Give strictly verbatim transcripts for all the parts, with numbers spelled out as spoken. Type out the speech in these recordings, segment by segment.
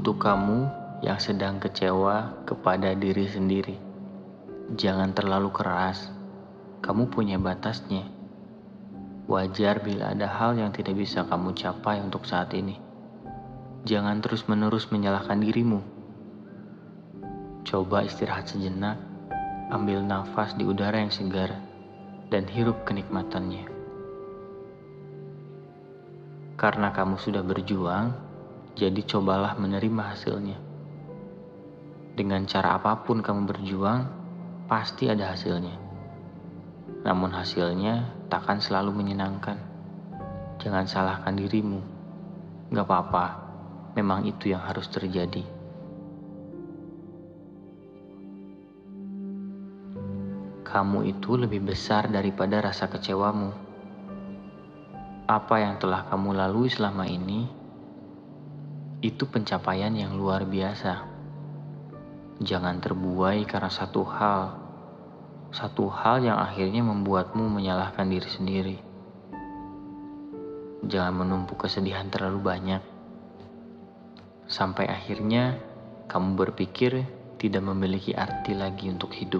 Untuk kamu yang sedang kecewa kepada diri sendiri, jangan terlalu keras. Kamu punya batasnya. Wajar bila ada hal yang tidak bisa kamu capai untuk saat ini. Jangan terus-menerus menyalahkan dirimu. Coba istirahat sejenak, ambil nafas di udara yang segar, dan hirup kenikmatannya. Karena kamu sudah berjuang, jadi cobalah menerima hasilnya. Dengan cara apapun kamu berjuang, pasti ada hasilnya. Namun hasilnya takkan selalu menyenangkan. Jangan salahkan dirimu. Gak apa-apa, memang itu yang harus terjadi. Kamu itu lebih besar daripada rasa kecewamu. Apa yang telah kamu lalui selama ini, itu pencapaian yang luar biasa. Jangan terbuai karena satu hal. Satu hal yang akhirnya membuatmu menyalahkan diri sendiri. Jangan menumpuk kesedihan terlalu banyak. Sampai akhirnya kamu berpikir tidak memiliki arti lagi untuk hidup.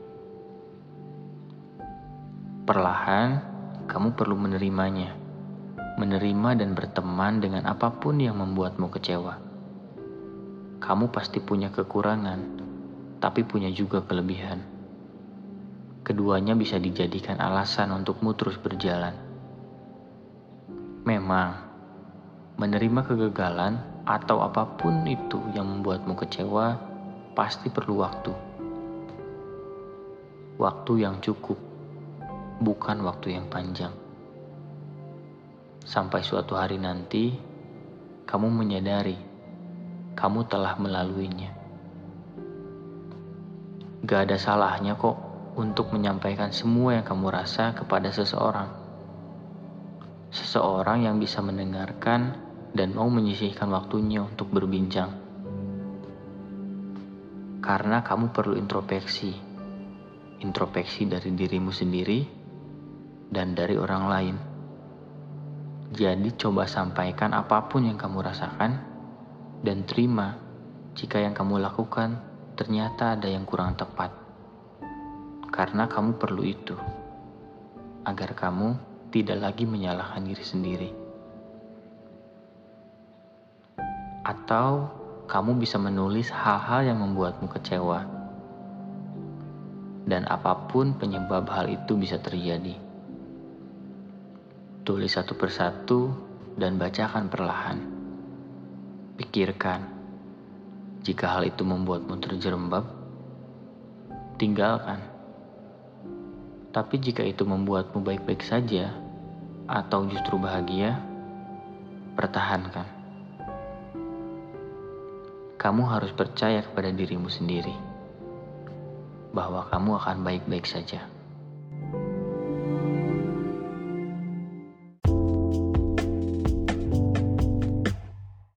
Perlahan, kamu perlu menerimanya. Menerima dan berteman dengan apapun yang membuatmu kecewa. Kamu pasti punya kekurangan, tapi punya juga kelebihan. Keduanya bisa dijadikan alasan untukmu terus berjalan. Memang, menerima kegagalan atau apapun itu yang membuatmu kecewa pasti perlu waktu. Waktu yang cukup, bukan waktu yang panjang. Sampai suatu hari nanti, kamu menyadari kamu telah melaluinya. Gak ada salahnya kok untuk menyampaikan semua yang kamu rasa kepada seseorang. Seseorang yang bisa mendengarkan dan mau menyisihkan waktunya untuk berbincang. Karena kamu perlu introspeksi. Introspeksi dari dirimu sendiri dan dari orang lain. Jadi coba sampaikan apapun yang kamu rasakan dan terima jika yang kamu lakukan ternyata ada yang kurang tepat. Karena kamu perlu itu, agar kamu tidak lagi menyalahkan diri sendiri. Atau kamu bisa menulis hal-hal yang membuatmu kecewa. Dan apapun penyebab hal itu bisa terjadi. Tulis satu persatu dan bacakan perlahan. Pikirkan, jika hal itu membuatmu terjerembab, tinggalkan. Tapi jika itu membuatmu baik-baik saja, atau justru bahagia, pertahankan. Kamu harus percaya kepada dirimu sendiri, bahwa kamu akan baik-baik saja.